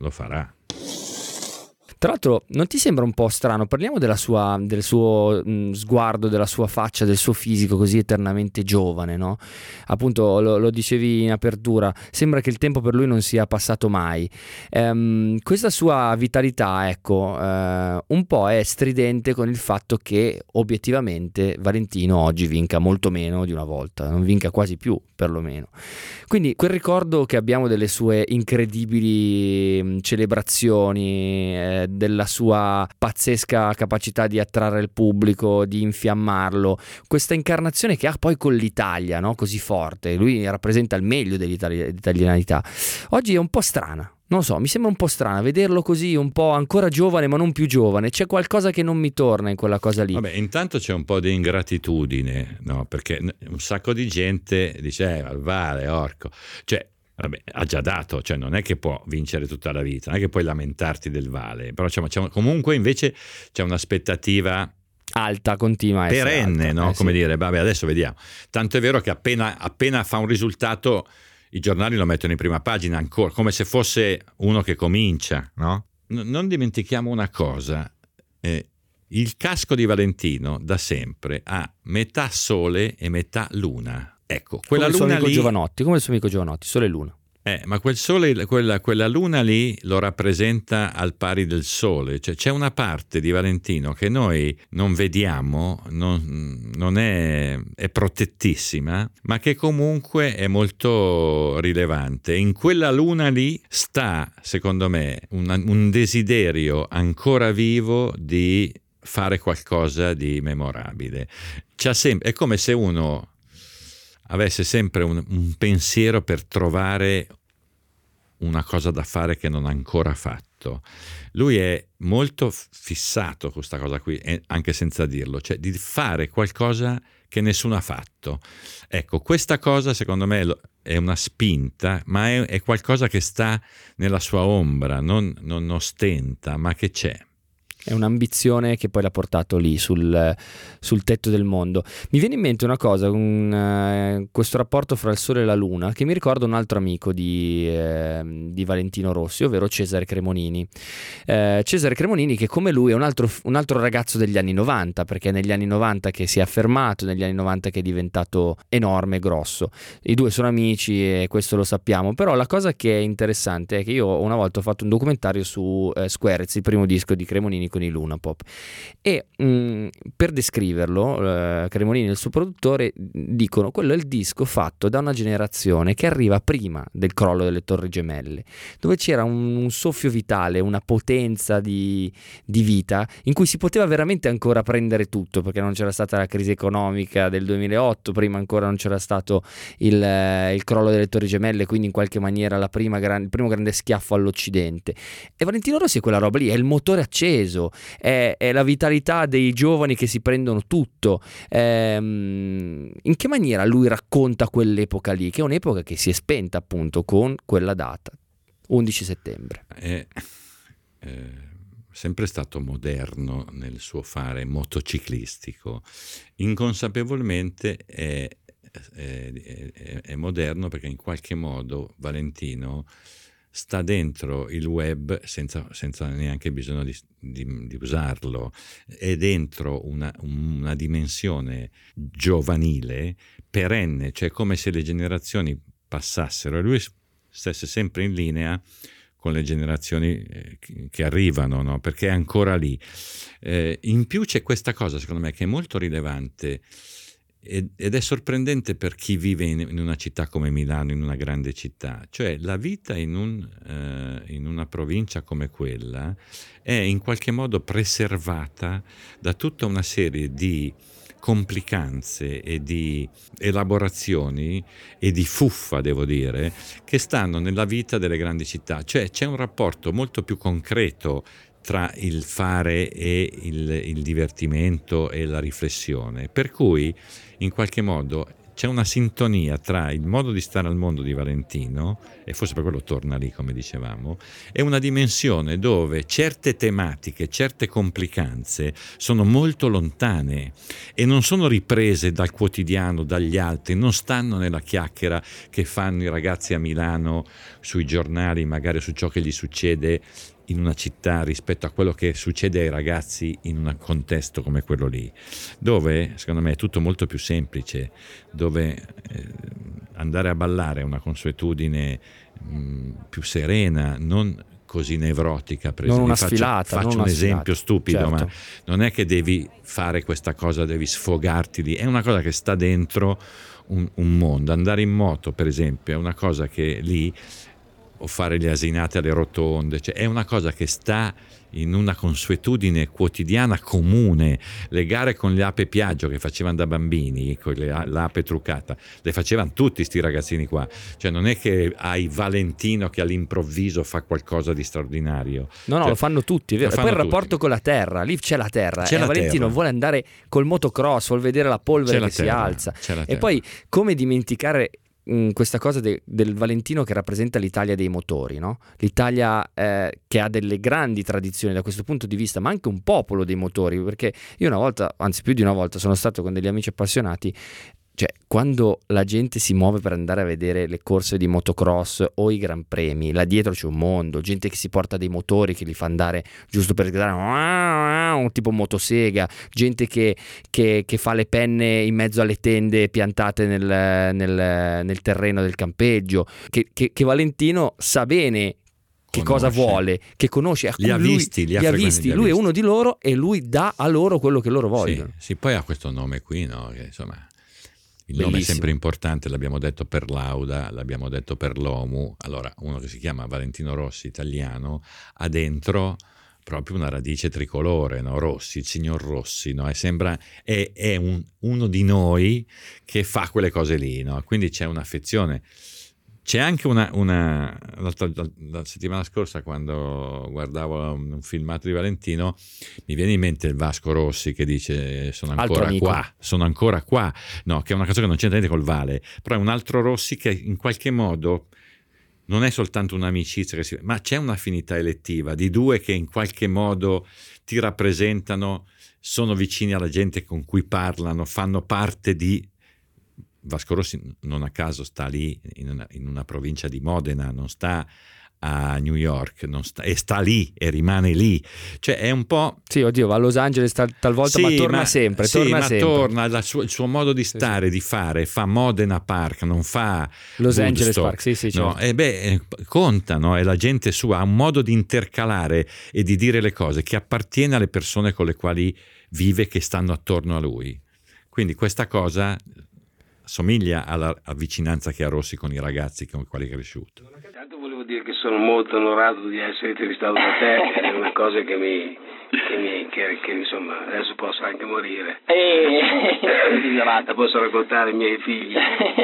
Speaker 2: lo farà.
Speaker 1: Tra l'altro, non ti sembra un po' strano? Parliamo del suo sguardo, della sua faccia, del suo fisico così eternamente giovane, no? Appunto, lo dicevi in apertura, sembra che il tempo per lui non sia passato mai. Questa sua vitalità, ecco, un po' è stridente con il fatto che obiettivamente Valentino oggi vinca molto meno di una volta, non vinca quasi più, perlomeno. Quindi quel ricordo che abbiamo delle sue incredibili celebrazioni, della sua pazzesca capacità di attrarre il pubblico, di infiammarlo, questa incarnazione che ha poi con l'Italia, no? Così forte, lui rappresenta il meglio dell'italianità. Oggi è un po' strana, non lo so, mi sembra un po' strana vederlo così, un po' ancora giovane ma non più giovane, c'è qualcosa che non mi torna in quella cosa lì.
Speaker 2: Vabbè, intanto c'è un po' di ingratitudine, no? Perché un sacco di gente dice vale, orco, cioè vabbè, ha già dato, cioè non è che può vincere tutta la vita, non è che puoi lamentarti del Vale, però comunque invece c'è un'aspettativa
Speaker 1: alta, continua a essere
Speaker 2: perenne,
Speaker 1: alta,
Speaker 2: no? Come
Speaker 1: sì.
Speaker 2: dire, vabbè, adesso vediamo. Tanto è vero che appena fa un risultato i giornali lo mettono in prima pagina ancora, come se fosse uno che comincia, no? Non dimentichiamo una cosa, il casco di Valentino da sempre ha metà sole e metà luna. Ecco, quella
Speaker 1: come
Speaker 2: luna lì,
Speaker 1: come il suo amico Giovanotti, Sole e Luna.
Speaker 2: ma quel sole, quella luna lì lo rappresenta al pari del sole, cioè c'è una parte di Valentino che noi non vediamo, non è protettissima, ma che comunque è molto rilevante. In quella luna lì sta, secondo me, un desiderio ancora vivo di fare qualcosa di memorabile. È come se uno avesse sempre un pensiero per trovare una cosa da fare che non ha ancora fatto. Lui è molto fissato con questa cosa qui, anche senza dirlo, cioè di fare qualcosa che nessuno ha fatto. Ecco, questa cosa secondo me è una spinta, ma è qualcosa che sta nella sua ombra, non ostenta, ma che c'è.
Speaker 1: È un'ambizione che poi l'ha portato lì sul tetto del mondo. Mi viene in mente una cosa, questo rapporto fra il Sole e la Luna, che mi ricorda un altro amico di Valentino Rossi, ovvero Cesare Cremonini. Cesare Cremonini, che come lui è un altro ragazzo degli anni 90, perché è negli anni 90 che si è affermato, negli anni 90 che è diventato enorme e grosso. I due sono amici e questo lo sappiamo, però la cosa che è interessante è che io una volta ho fatto un documentario su Squarez, il primo disco di Cremonini con i Luna Pop, e per descriverlo Cremonini e il suo produttore dicono: quello è il disco fatto da una generazione che arriva prima del crollo delle Torri Gemelle, dove c'era un soffio vitale, una potenza di vita in cui si poteva veramente ancora prendere tutto, perché non c'era stata la crisi economica del 2008, prima ancora non c'era stato il crollo delle Torri Gemelle, quindi in qualche maniera il primo grande schiaffo all'Occidente. E Valentino Rossi è quella roba lì, è il motore acceso, è la vitalità dei giovani che si prendono tutto. In che maniera lui racconta quell'epoca lì, che è un'epoca che si è spenta appunto con quella data, 11 settembre.
Speaker 2: È sempre stato moderno nel suo fare motociclistico, inconsapevolmente è moderno perché in qualche modo Valentino sta dentro il web senza neanche bisogno di usarlo, è dentro una dimensione giovanile perenne, cioè come se le generazioni passassero e lui stesse sempre in linea con le generazioni che arrivano, no? Perché è ancora lì. In più c'è questa cosa secondo me che è molto rilevante ed è sorprendente per chi vive in una città come Milano, in una grande città, cioè la vita in una provincia come quella è in qualche modo preservata da tutta una serie di complicanze e di elaborazioni e di fuffa, devo dire, che stanno nella vita delle grandi città, cioè c'è un rapporto molto più concreto tra il fare e il divertimento e la riflessione, per cui in qualche modo c'è una sintonia tra il modo di stare al mondo di Valentino, e forse per quello torna lì, come dicevamo, e una dimensione dove certe tematiche, certe complicanze sono molto lontane e non sono riprese dal quotidiano, dagli altri, non stanno nella chiacchiera che fanno i ragazzi a Milano sui giornali, magari su ciò che gli succede in una città rispetto a quello che succede ai ragazzi in un contesto come quello lì, dove secondo me è tutto molto più semplice, dove andare a ballare è una consuetudine più serena, non così nevrotica. Per
Speaker 1: non
Speaker 2: esempio,
Speaker 1: una sfilata,
Speaker 2: faccio un esempio stupido,
Speaker 1: certo.
Speaker 2: Ma non è che devi fare questa cosa, devi sfogarti lì, è una cosa che sta dentro un mondo. Andare in moto, per esempio, è una cosa che lì, o fare le asinate alle rotonde, cioè è una cosa che sta in una consuetudine quotidiana comune. Le gare con le ape Piaggio che facevano da bambini, con l'ape truccata, le facevano tutti sti ragazzini qua, cioè non è che hai Valentino che all'improvviso fa qualcosa di straordinario.
Speaker 1: No,
Speaker 2: cioè,
Speaker 1: lo fanno tutti, vero? E poi il rapporto con la terra, lì c'è la terra,
Speaker 2: c'è
Speaker 1: e
Speaker 2: la
Speaker 1: Valentino
Speaker 2: terra.
Speaker 1: vuole andare col motocross, vuole vedere la polvere che si alza, e poi come dimenticare questa cosa del Valentino che rappresenta l'Italia dei motori, no? L'Italia che ha delle grandi tradizioni da questo punto di vista, ma anche un popolo dei motori, perché io una volta, anzi più di una volta, sono stato con degli amici appassionati. Cioè, quando la gente si muove per andare a vedere le corse di motocross o i gran premi, là dietro c'è un mondo, gente che si porta dei motori che li fa andare giusto per gridare, un tipo motosega, gente che fa le penne in mezzo alle tende piantate nel terreno del campeggio, che Valentino sa bene che cosa vuole, che conosce,
Speaker 2: li ha visti,
Speaker 1: lui è uno di loro e lui dà a loro quello che loro vogliono.
Speaker 2: Sì, poi ha questo nome qui, no? Che insomma, il
Speaker 1: bellissimo.
Speaker 2: Nome è sempre importante, l'abbiamo detto per Lauda, l'abbiamo detto per l'OMU. Allora, uno che si chiama Valentino Rossi, italiano, ha dentro proprio una radice tricolore, no? Rossi, il signor Rossi, no? E sembra è uno di noi che fa quelle cose lì, no? Quindi c'è un'affezione. C'è anche la settimana scorsa, quando guardavo un filmato di Valentino, mi viene in mente il Vasco Rossi che dice sono ancora qua, no, che è una cosa che non c'entra niente col Vale, però è un altro Rossi che in qualche modo non è soltanto un'amicizia, ma c'è un'affinità elettiva di due che in qualche modo ti rappresentano, sono vicini alla gente con cui parlano, fanno parte di... Vasco Rossi non a caso sta lì in una provincia di Modena, non sta a New York, e sta lì e rimane lì, cioè è un po'...
Speaker 1: Sì, oddio, va a Los Angeles talvolta, sì, ma torna sempre.
Speaker 2: Torna il suo modo di stare, di fare, fa Modena Park, non fa
Speaker 1: Los
Speaker 2: Woodstock,
Speaker 1: Angeles Park, sì, certo.
Speaker 2: No? Contano, e la gente sua ha un modo di intercalare e di dire le cose che appartiene alle persone con le quali vive, che stanno attorno a lui. Quindi questa cosa somiglia alla vicinanza che ha Rossi con i ragazzi con i quali è cresciuto.
Speaker 6: Intanto volevo dire che sono molto onorato di essere intervistato da te, è una cosa che insomma adesso posso anche morire. Posso raccontare ai miei figli.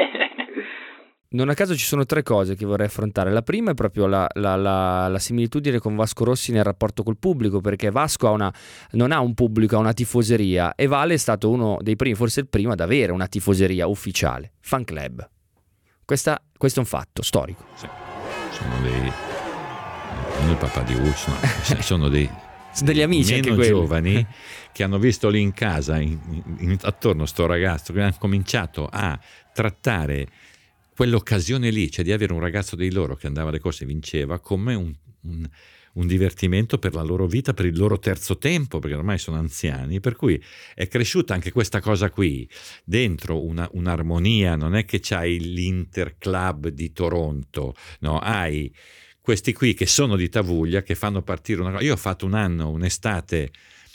Speaker 1: Non a caso ci sono tre cose che vorrei affrontare. La prima è proprio la similitudine con Vasco Rossi nel rapporto col pubblico, perché Vasco non ha un pubblico, ha una tifoseria, e Vale è stato uno dei primi, forse il primo, ad avere una tifoseria ufficiale, fan club. Questo è un fatto storico.
Speaker 2: Sì. Sono non il papà di Urs, no. Sono degli
Speaker 1: amici
Speaker 2: meno
Speaker 1: anche
Speaker 2: giovani che hanno visto lì in casa attorno sto ragazzo, che hanno cominciato a trattare quell'occasione lì, cioè di avere un ragazzo dei loro che andava alle corse e vinceva, come un divertimento per la loro vita, per il loro terzo tempo, perché ormai sono anziani, per cui è cresciuta anche questa cosa qui dentro un'armonia. Non è che c'hai l'Interclub di Toronto, no, hai questi qui che sono di Tavuglia, che fanno partire una cosa. Io ho fatto un anno, un'estate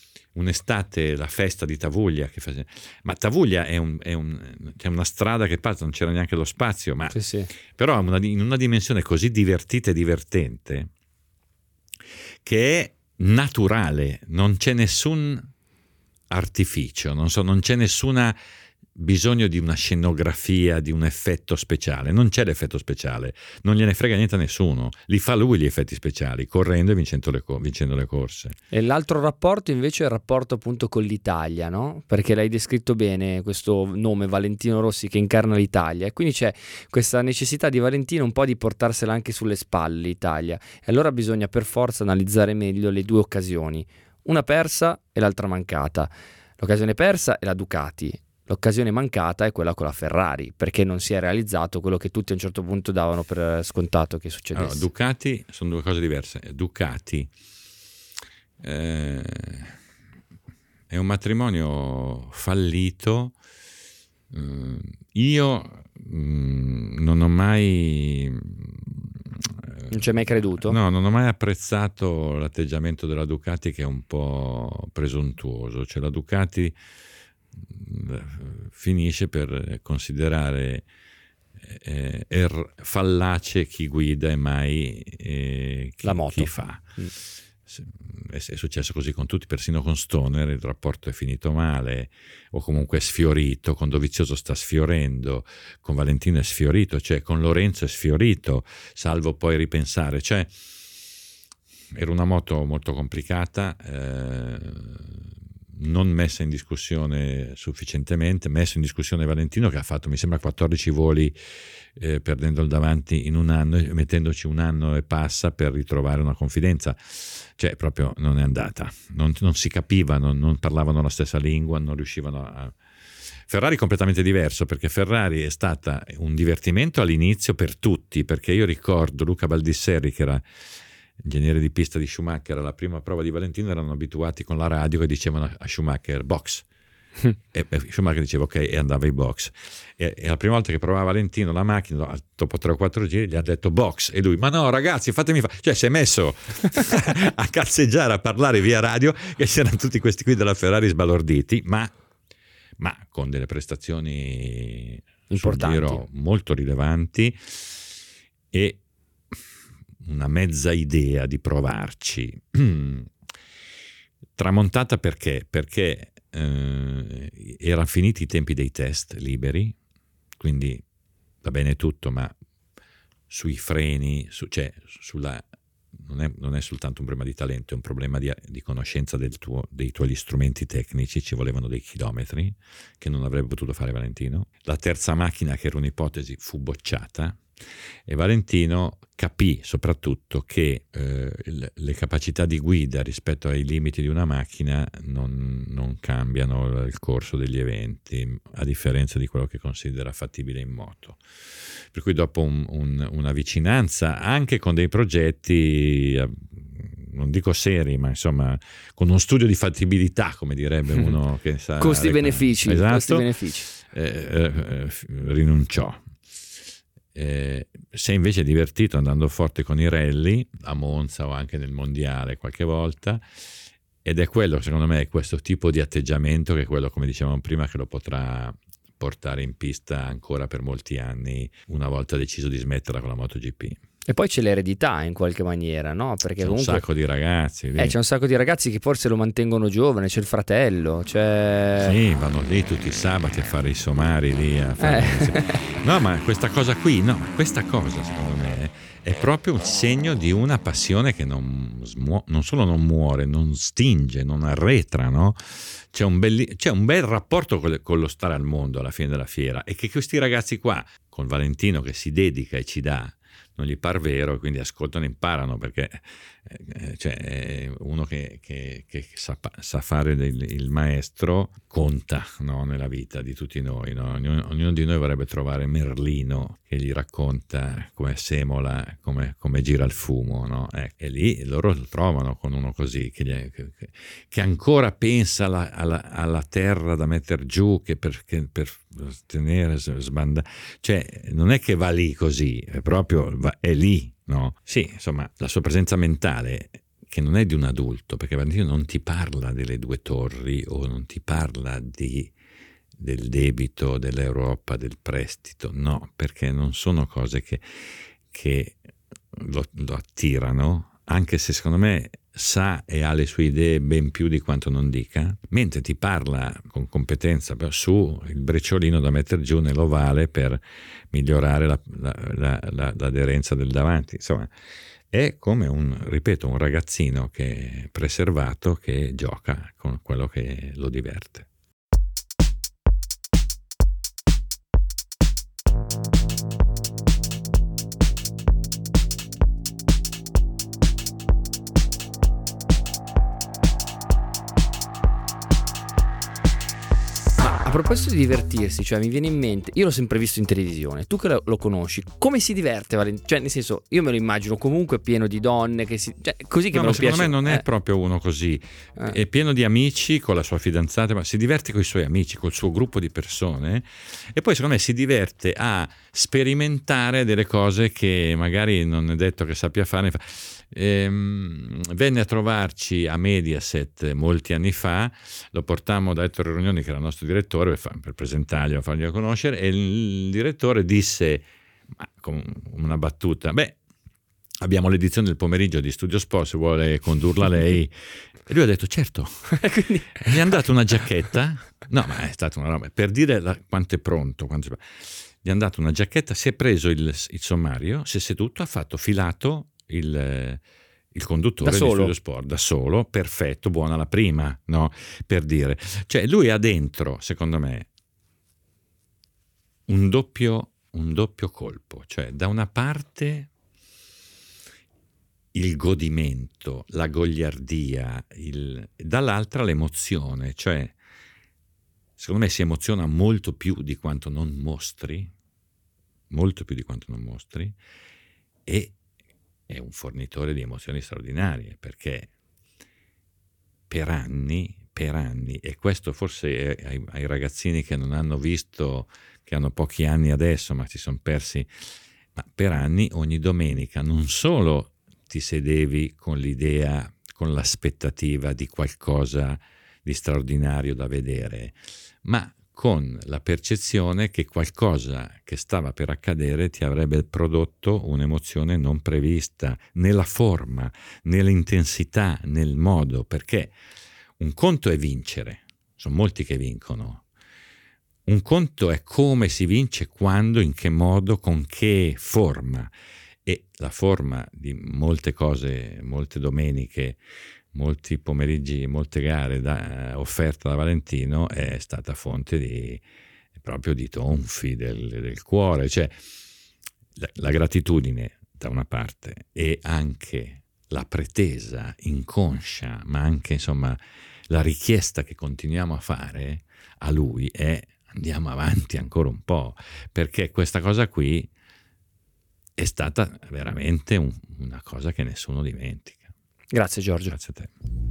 Speaker 2: la festa di Tavuglia, ma Tavuglia c'è una strada che passa, non c'era neanche lo spazio, ma
Speaker 1: sì.
Speaker 2: Però in una dimensione così divertita e divertente, che è naturale, non c'è nessun artificio, non c'è nessuna bisogno di una scenografia, di un effetto speciale. Non c'è l'effetto speciale, non gliene frega niente a nessuno, li fa lui gli effetti speciali, correndo e vincendo le corse.
Speaker 1: E l'altro rapporto invece è il rapporto appunto con l'Italia, no? Perché l'hai descritto bene, questo nome Valentino Rossi che incarna l'Italia, e quindi c'è questa necessità di Valentino un po' di portarsela anche sulle spalle l'Italia, e allora bisogna per forza analizzare meglio le due occasioni, una persa e l'altra mancata. L'occasione persa è la Ducati, l'occasione mancata è quella con la Ferrari, perché non si è realizzato quello che tutti a un certo punto davano per scontato che succedesse.
Speaker 2: Allora, Ducati sono due cose diverse. Ducati è un matrimonio fallito. Io non ho mai...
Speaker 1: Non ci hai mai creduto?
Speaker 2: No, non ho mai apprezzato l'atteggiamento della Ducati, che è un po' presuntuoso. Cioè la Ducati finisce per considerare fallace chi guida e mai
Speaker 1: la moto.
Speaker 2: Chi fa. È successo così con tutti, persino con Stoner il rapporto è finito male, o comunque è sfiorito. Con Dovizioso sta sfiorendo, con Valentino è sfiorito, cioè con Lorenzo è sfiorito, salvo poi ripensare. Cioè era una moto molto complicata, non messa in discussione sufficientemente. Messo in discussione Valentino, che ha fatto mi sembra 14 voli perdendo il davanti in un anno, mettendoci un anno e passa per ritrovare una confidenza. Cioè proprio non è andata, non si capivano, non parlavano la stessa lingua, non riuscivano a... Ferrari completamente diverso, perché Ferrari è stata un divertimento all'inizio per tutti, perché io ricordo Luca Baldisserri, che era ingegnere di pista di Schumacher, alla prima prova di Valentino erano abituati con la radio che dicevano a Schumacher box, e Schumacher diceva ok e andava ai box, e la prima volta che provava Valentino la macchina, dopo 3 o 4 giri gli ha detto box, e lui ma no ragazzi fatemi fare, cioè si è messo a cazzeggiare, a parlare via radio, che c'erano tutti questi qui della Ferrari sbalorditi, ma con delle prestazioni
Speaker 1: importanti,
Speaker 2: sul giro molto rilevanti e una mezza idea di provarci. Tramontata perché erano finiti i tempi dei test liberi, quindi va bene tutto, ma sui freni, non è soltanto un problema di talento, è un problema di conoscenza dei tuoi strumenti tecnici. Ci volevano dei chilometri che non avrebbe potuto fare Valentino. La terza macchina, che era un'ipotesi, fu bocciata, e Valentino capì soprattutto che le capacità di guida rispetto ai limiti di una macchina non cambiano il corso degli eventi, a differenza di quello che considera fattibile in moto. Per cui dopo una vicinanza anche con dei progetti, non dico seri, ma insomma con uno studio di fattibilità, come direbbe uno che sa
Speaker 1: costi-benefici,
Speaker 2: esatto,
Speaker 1: costi-benefici.
Speaker 2: Rinunciò. Si è invece divertito andando forte con i rally a Monza o anche nel mondiale qualche volta, ed è quello, secondo me, è questo tipo di atteggiamento che è quello, come dicevamo prima, che lo potrà portare in pista ancora per molti anni, una volta deciso di smetterla con la MotoGP.
Speaker 1: E poi c'è l'eredità in qualche maniera, no? Perché
Speaker 2: c'è
Speaker 1: comunque
Speaker 2: un sacco di ragazzi lì.
Speaker 1: C'è un sacco di ragazzi che forse lo mantengono giovane, c'è il fratello, c'è...
Speaker 2: Sì, vanno lì tutti i sabati a fare i somari lì a fare... No, ma questa cosa secondo me è proprio un segno di una passione che non solo non muore, non stinge, non arretra, no? C'è un bel rapporto con lo stare al mondo alla fine della fiera, e che questi ragazzi qua, con Valentino che si dedica e ci dà, non gli par vero, quindi ascoltano e imparano, perché uno che sa fare il maestro conta, no, nella vita di tutti noi, no? Ognuno di noi vorrebbe trovare Merlino che gli racconta come semola, come gira il fumo, no? E lì loro lo trovano con uno così che ancora pensa alla terra da mettere giù, che per tenere sbandare, cioè non è che va lì così, è proprio è lì, no? Sì, insomma, la sua presenza mentale, che non è di un adulto, perché Valentino non ti parla delle 2 torri o non ti parla del debito dell'Europa, del prestito, no, perché non sono cose che lo attirano, anche se secondo me sa e ha le sue idee ben più di quanto non dica, mentre ti parla con competenza su il brecciolino da mettere giù nell'ovale per migliorare l'aderenza del davanti. Insomma, è come un ragazzino che è preservato, che gioca con quello che lo diverte.
Speaker 1: A proposito di divertirsi, cioè mi viene in mente, io l'ho sempre visto in televisione, tu che lo conosci, come si diverte Valentino? Cioè nel senso, io me lo immagino comunque pieno di donne, cioè, così che
Speaker 2: no,
Speaker 1: me lo
Speaker 2: secondo
Speaker 1: piace.
Speaker 2: me non è proprio uno così, è pieno di amici con la sua fidanzata, ma si diverte con i suoi amici, col suo gruppo di persone, e poi secondo me si diverte a sperimentare delle cose che magari non è detto che sappia fare. Venne a trovarci a Mediaset molti anni fa, lo portammo da Ettore Rognoni, che era il nostro direttore, per presentarglielo, farglielo conoscere, e il direttore disse con una battuta: abbiamo l'edizione del pomeriggio di Studio Sport, se vuole condurla lei. E lui ha detto certo. Quindi gli hanno dato una giacchetta, no, ma è stata una roba per dire quanto è pronto, gli hanno dato una giacchetta, si è preso il sommario, si è seduto, ha fatto filato il conduttore di Studio Sport da solo, perfetto, buona la prima, no? Per dire, cioè lui ha dentro, secondo me, un doppio colpo, cioè da una parte il godimento, la goliardia, dall'altra l'emozione, cioè secondo me si emoziona molto più di quanto non mostri, e è un fornitore di emozioni straordinarie, perché per anni, e questo forse ai ragazzini che non hanno visto, che hanno pochi anni adesso ma si sono persi, ma per anni ogni domenica non solo ti sedevi con l'idea, con l'aspettativa di qualcosa di straordinario da vedere, ma con la percezione che qualcosa che stava per accadere ti avrebbe prodotto un'emozione non prevista, nella forma, nell'intensità, nel modo, perché un conto è vincere, sono molti che vincono, un conto è come si vince, quando, in che modo, con che forma, e la forma di molte cose, molte domeniche, molti pomeriggi, molte gare offerte da Valentino è stata fonte proprio di tonfi del cuore, cioè la gratitudine da una parte e anche la pretesa inconscia, ma anche insomma la richiesta che continuiamo a fare a lui è: andiamo avanti ancora un po', perché questa cosa qui è stata veramente una cosa che nessuno dimentica.
Speaker 1: Grazie Giorgio.
Speaker 2: Grazie a te.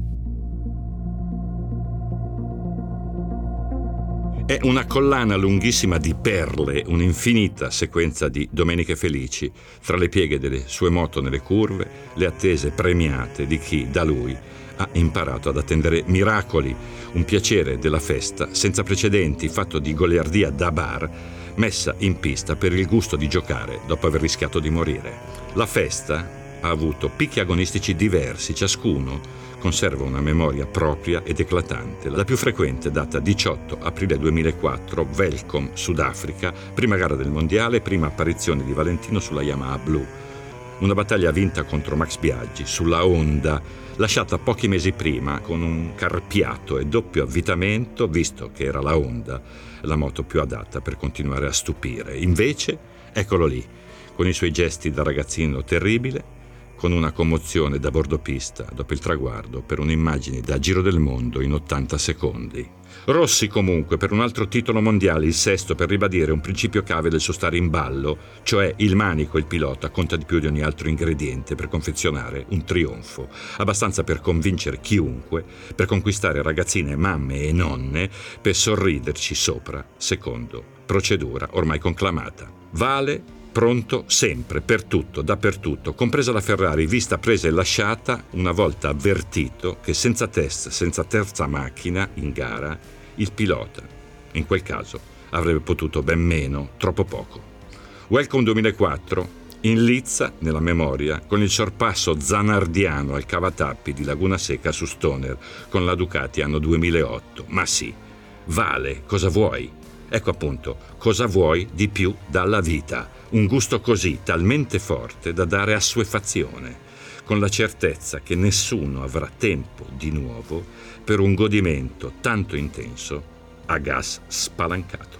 Speaker 2: È una collana lunghissima di perle, un'infinita sequenza di domeniche felici, tra le pieghe delle sue moto nelle curve, le attese premiate di chi da lui ha imparato ad attendere miracoli, un piacere della festa senza precedenti, fatto di goliardia da bar, messa in pista per il gusto di giocare dopo aver rischiato di morire. La festa ha avuto picchi agonistici diversi, ciascuno conserva una memoria propria ed eclatante. La più frequente data 18 aprile 2004, Welkom, Sudafrica, prima gara del mondiale, prima apparizione di Valentino sulla Yamaha blu. Una battaglia vinta contro Max Biaggi sulla Honda, lasciata pochi mesi prima con un carpiato e doppio avvitamento, visto che era la Honda la moto più adatta per continuare a stupire. Invece, eccolo lì, con i suoi gesti da ragazzino terribile, con una commozione da bordopista dopo il traguardo per un'immagine da giro del mondo in 80 secondi. Rossi comunque per un altro titolo mondiale, il sesto, per ribadire un principio chiave del suo stare in ballo, cioè il manico, il pilota, conta di più di ogni altro ingrediente per confezionare un trionfo, abbastanza per convincere chiunque, per conquistare ragazzine, mamme e nonne, per sorriderci sopra, secondo procedura ormai conclamata. Vale pronto sempre, per tutto, dappertutto, compresa la Ferrari, vista, presa e lasciata, una volta avvertito che senza test, senza terza macchina in gara, il pilota, in quel caso, avrebbe potuto ben meno, troppo poco. Welkom 2004 In lizza, nella memoria, con il sorpasso zanardiano al cavatappi di Laguna Seca su Stoner con la Ducati anno 2008. Ma sì, vale, cosa vuoi? Ecco appunto, cosa vuoi di più dalla vita? Un gusto così talmente forte da dare assuefazione, con la certezza che nessuno avrà tempo di nuovo per un godimento tanto intenso a gas spalancato.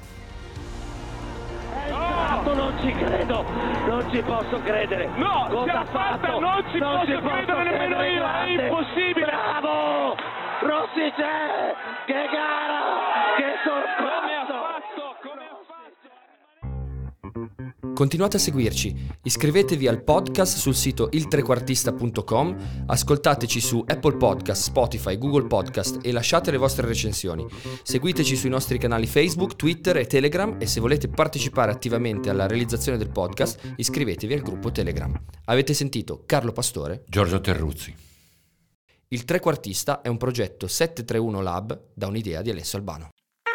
Speaker 7: Non ci credo, non ci posso credere.
Speaker 4: No,
Speaker 7: cosa
Speaker 4: ce l'ha
Speaker 7: ha fatto?
Speaker 4: Non ci posso credere nemmeno io, è impossibile.
Speaker 7: Bravo! Rossi c'è! Che gara! Che sorpasso!
Speaker 4: Come ha fatto?
Speaker 1: Continuate a seguirci, iscrivetevi al podcast sul sito iltrequartista.com, ascoltateci su Apple Podcast, Spotify, Google Podcast e lasciate le vostre recensioni. Seguiteci sui nostri canali Facebook, Twitter e Telegram e se volete partecipare attivamente alla realizzazione del podcast iscrivetevi al gruppo Telegram. Avete sentito Carlo Pastore,
Speaker 2: Giorgio Terruzzi.
Speaker 1: Il Trequartista è un progetto 731 Lab da un'idea di Alessio Albano.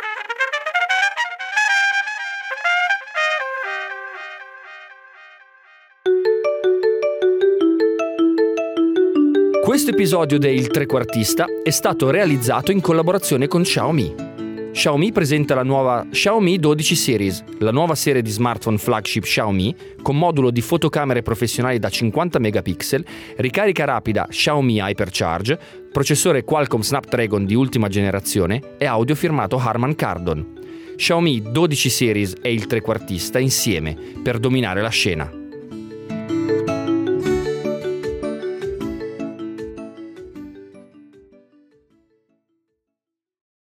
Speaker 1: Questo episodio del Trequartista è stato realizzato in collaborazione con Xiaomi. Xiaomi presenta la nuova Xiaomi 12 Series, la nuova serie di smartphone flagship Xiaomi con modulo di fotocamere professionali da 50 megapixel, ricarica rapida Xiaomi Hypercharge, processore Qualcomm Snapdragon di ultima generazione e audio firmato Harman Kardon. Xiaomi 12 Series e il Trequartista insieme per dominare la scena.